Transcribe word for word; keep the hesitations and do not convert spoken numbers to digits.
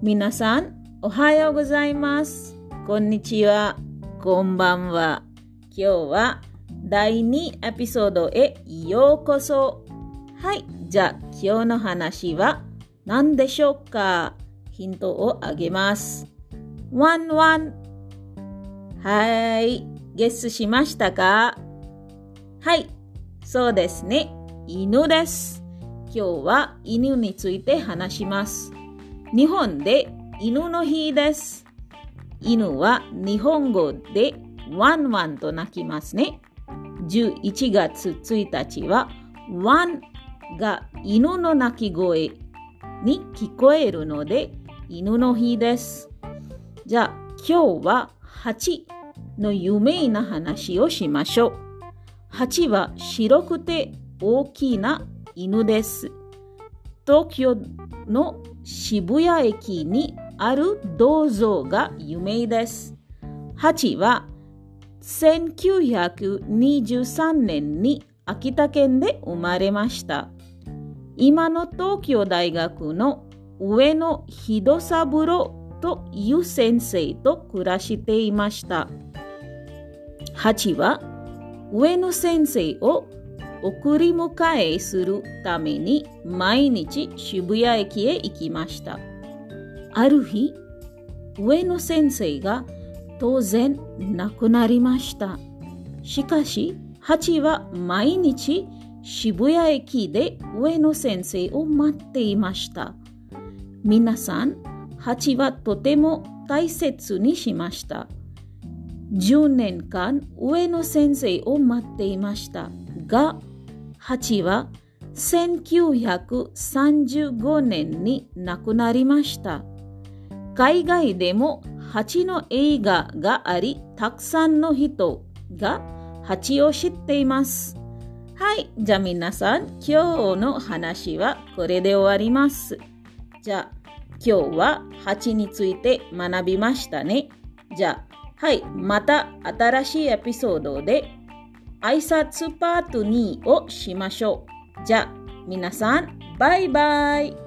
皆さん、おはようございます。こんにちは。こんばんは。今日はだいにエピソードへようこそ。はい、じゃあ今日の話は何でしょうか？ヒントをあげます。ワンワン。はい、ゲスしましたか？はい、そうですね。犬です。今日は犬について話します。日本で犬の日です。犬は日本語でワンワンと鳴きますね。じゅういちがつついたちはワンが犬の鳴き声に聞こえるので犬の日です。じゃあ今日はハチの有名な話をしましょう。ハチは白くて大きな犬です。東京の渋谷駅にある銅像が有名です。ハチはせんきゅうひゃくにじゅうさんねんに秋田県で生まれました。今の東京大学の上野秀三郎という先生と暮らしていました。ハチは上野先生を送り迎えするために毎日渋谷駅へ行きました。ある日、上野先生が突然亡くなりました。しかし、ハチは毎日渋谷駅で上野先生を待っていました。皆さん、ハチはとても大切にしました。じゅうねんかん上野先生を待っていましたが、ハチはせんきゅうひゃくさんじゅうごねんに亡くなりました。海外でもハチの映画があり、たくさんの人がハチを知っています。はい、じゃあ皆さん、今日の話はこれで終わります。じゃあ今日はハチについて学びましたね。じゃあはい、また新しいエピソードで挨拶パートにをしましょう。じゃあ皆さん、バイバイ。